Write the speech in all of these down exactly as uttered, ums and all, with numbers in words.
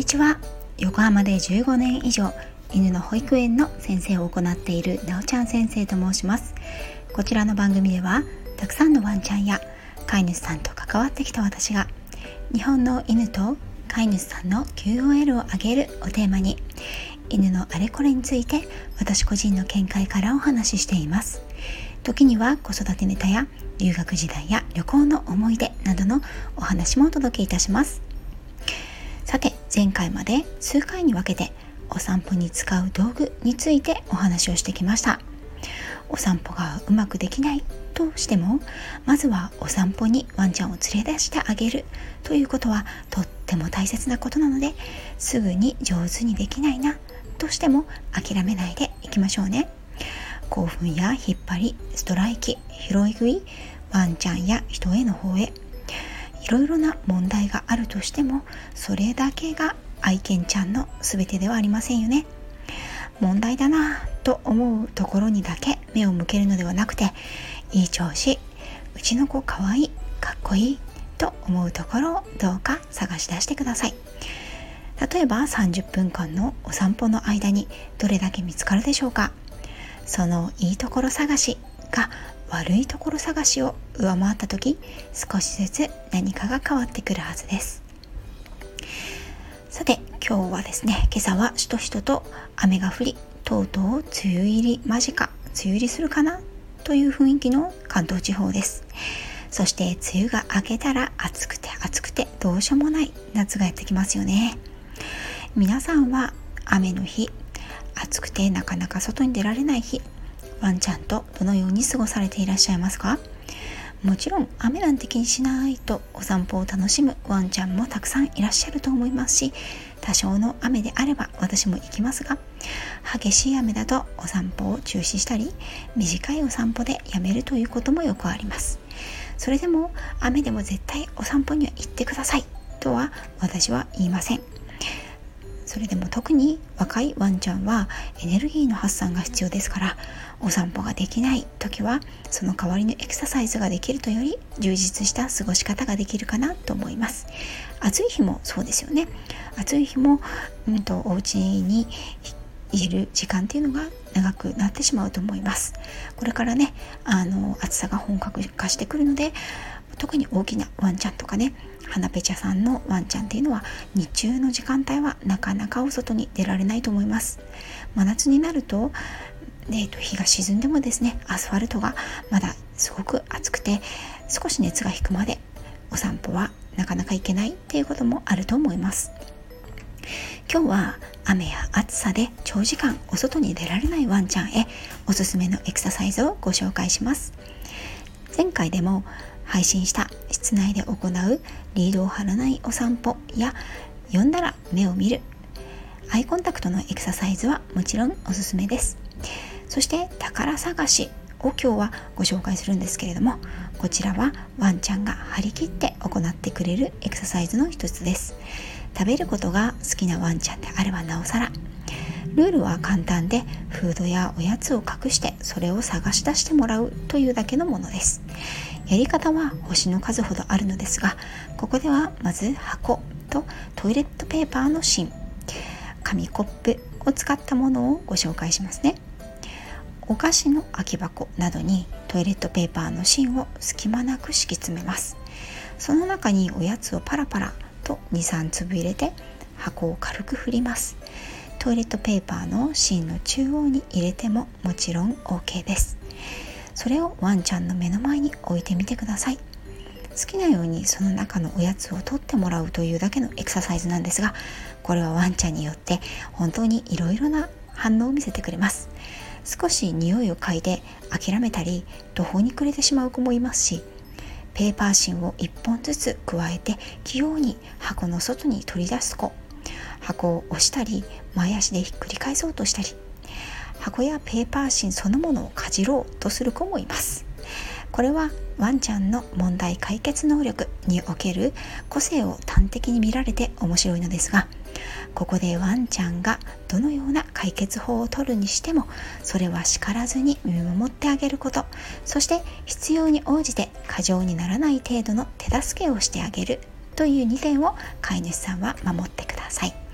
ちは。横浜でじゅうごねん以上犬の保育園の先生を行っているなおちゃん先生と申します。こちらの番組ではたくさんのワンちゃんや飼い主さんと関わってきた私が日本の犬と飼い主さんの キューオーエル を上げるをテーマに犬のあれこれについて私個人の見解からお話ししています。時には子育てネタや留学時代や旅行の思い出などのお話もお届けいたします。さて、前回まで数回に分けてお散歩に使う道具についてお話をしてきました。お散歩がうまくできないとしても、まずはお散歩にワンちゃんを連れ出してあげるということはとっても大切なことなので、すぐに上手にできないなとしても諦めないでいきましょうね。興奮や引っ張り、ストライキ、拾い食い、ワンちゃんや人への方へ、いろいろな問題があるとしても、それだけが愛犬ちゃんの全てではありませんよね。問題だなと思うところにだけ目を向けるのではなくて、いい調子、うちの子かわいい、かっこいいと思うところをどうか探し出してください。例えばさんじゅっぷんかんのお散歩の間にどれだけ見つかるでしょうか。そのいいところ探しが悪いところ探しを上回った時、少しずつ何かが変わってくるはずです。さて、今日はですね、今朝はしとしとと雨が降り、とうとう梅雨入り間近、梅雨入りするかなという雰囲気の関東地方です。そして梅雨が明けたら暑くて暑くてどうしようもない夏がやってきますよね。皆さんは雨の日、暑くてなかなか外に出られない日、ワンちゃんとどのように過ごされていらっしゃいますか？もちろん雨なんて気にしないとお散歩を楽しむワンちゃんもたくさんいらっしゃると思いますし、多少の雨であれば私も行きますが、激しい雨だとお散歩を中止したり、短いお散歩でやめるということもよくあります。それでも雨でも絶対お散歩には行ってくださいとは私は言いません。それでも特に若いワンちゃんはエネルギーの発散が必要ですから、お散歩ができない時はその代わりのエクササイズができるとより充実した過ごし方ができるかなと思います。暑い日もそうですよね。暑い日も、うんと、お家にいる時間っていうのが長くなってしまうと思います。これからね、あの暑さが本格化してくるので、特に大きなワンちゃんとかね、花ペチャさんのワンちゃんっていうのは日中の時間帯はなかなかお外に出られないと思います。真夏になると、えーと、日が沈んでもですね、アスファルトがまだすごく暑くて少し熱が引くまでお散歩はなかなか行けないっていうこともあると思います。今日は雨や暑さで長時間お外に出られないワンちゃんへおすすめのエクササイズをご紹介します。前回でも配信した室内で行うリードを張らないお散歩や読んだら目を見るアイコンタクトのエクササイズはもちろんおすすめです。そして宝探しを今日はご紹介するんですけれども、こちらはワンちゃんが張り切って行ってくれるエクササイズの一つです。食べることが好きなワンちゃんであればなおさら。ルールは簡単で、フードやおやつを隠してそれを探し出してもらうというだけのものです。やり方は星の数ほどあるのですが、ここではまず箱とトイレットペーパーの芯、紙コップを使ったものをご紹介しますね。お菓子の空き箱などにトイレットペーパーの芯を隙間なく敷き詰めます。その中におやつをパラパラと にさん 粒入れて箱を軽く振ります。トイレットペーパーの芯の中央に入れてももちろん OK です。それをワンちゃんの目の前に置いてみてください。好きなようにその中のおやつを取ってもらうというだけのエクササイズなんですが、これはワンちゃんによって本当にいろいろな反応を見せてくれます。少し匂いを嗅いで諦めたり途方に暮れてしまう子もいますし、ペーパー芯をいっぽんずつ加えて器用に箱の外に取り出す子、箱を押したり前足でひっくり返そうとしたり、箱やペーパー芯そのものをかじろうとする子もいます。これはワンちゃんの問題解決能力における個性を端的に見られて面白いのですが、ここでワンちゃんがどのような解決法を取るにしても、それは叱らずに見守ってあげること、そして必要に応じて過剰にならない程度の手助けをしてあげるというにてんを飼い主さんは守ってください。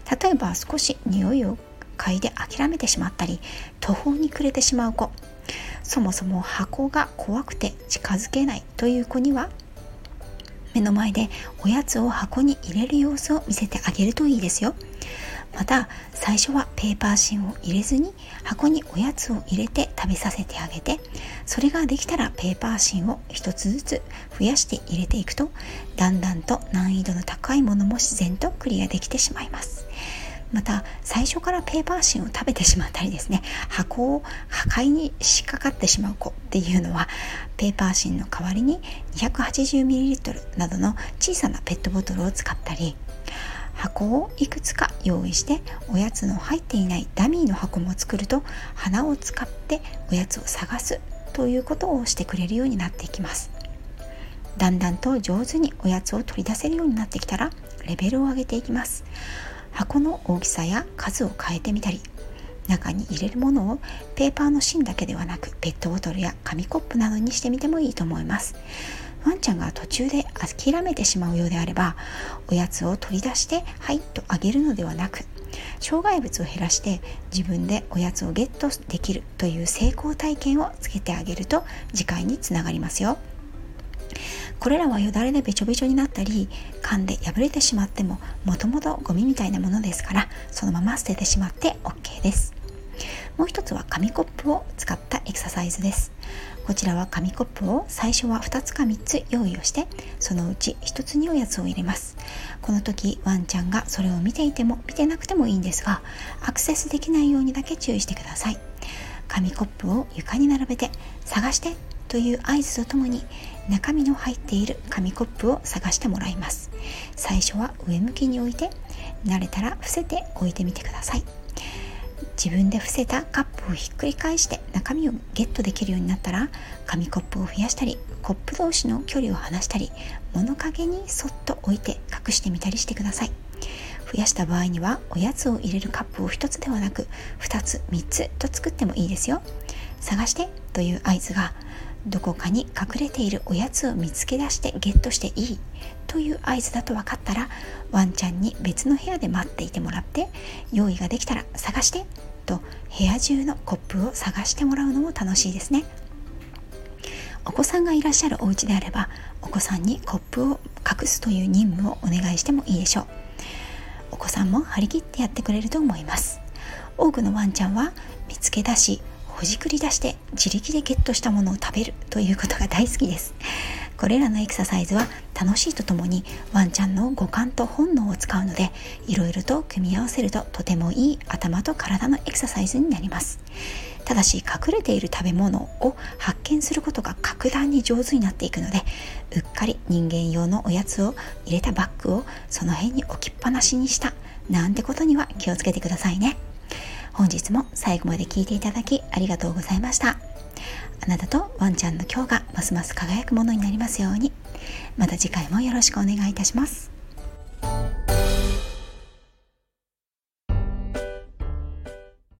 例えば少し匂いを嗅いで諦めてしまったり、途方に暮れてしまう子、そもそも箱が怖くて近づけないという子には、目の前でおやつを箱に入れる様子を見せてあげるといいですよ。また最初はペーパー芯を入れずに箱におやつを入れて食べさせてあげて、それができたらペーパー芯を一つずつ増やして入れていくと、だんだんと難易度の高いものも自然とクリアできてしまいます。また最初からペーパー芯を食べてしまったりですね、箱を破壊に仕掛かってしまう子っていうのは、ペーパー芯の代わりに にひゃくはちじゅうミリリットル などの小さなペットボトルを使ったり、箱をいくつか用意しておやつの入っていないダミーの箱も作ると、鼻を使っておやつを探すということをしてくれるようになっていきます。だんだんと上手におやつを取り出せるようになってきたら、レベルを上げていきます。箱の大きさや数を変えてみたり、中に入れるものをペーパーの芯だけではなくペットボトルや紙コップなどにしてみてもいいと思います。ワンちゃんが途中で諦めてしまうようであれば、おやつを取り出してはいとあげるのではなく、障害物を減らして自分でおやつをゲットできるという成功体験をつけてあげると次回につながりますよ。これらはよだれでべちょべちょになったり、噛んで破れてしまってももともとゴミみたいなものですから、そのまま捨ててしまって OK です。もう一つは紙コップを使ったエクササイズです。こちらは紙コップを最初はふたつかみっつ用意をして、そのうちひとつにおやつを入れます。この時ワンちゃんがそれを見ていても見てなくてもいいんですが、アクセスできないようにだけ注意してください。紙コップを床に並べて探してという合図とともに、中身の入っている紙コップを探してもらいます。最初は上向きに置いて、慣れたら伏せて置いてみてください。自分で伏せたカップをひっくり返して中身をゲットできるようになったら、紙コップを増やしたり、コップ同士の距離を離したり、物陰にそっと置いて隠してみたりしてください。増やした場合にはおやつを入れるカップをひとつではなくふたつみっつと作ってもいいですよ。探してという合図が、どこかに隠れているおやつを見つけ出してゲットしていいという合図だと分かったら、ワンちゃんに別の部屋で待っていてもらって、用意ができたら探してと部屋中のコップを探してもらうのも楽しいですね。お子さんがいらっしゃるお家であれば、お子さんにコップを隠すという任務をお願いしてもいいでしょう。お子さんも張り切ってやってくれると思います。多くのワンちゃんは見つけ出し、ほじくり出して自力でゲットしたものを食べるということが大好きです。これらのエクササイズは楽しいとともにワンちゃんの五感と本能を使うので、いろいろと組み合わせるととてもいい頭と体のエクササイズになります。ただし隠れている食べ物を発見することが格段に上手になっていくので、うっかり人間用のおやつを入れたバッグをその辺に置きっぱなしにしたなんてことには気をつけてくださいね。本日も最後まで聞いていただきありがとうございました。あなたとワンちゃんの今日がますます輝くものになりますように。また次回もよろしくお願いいたします。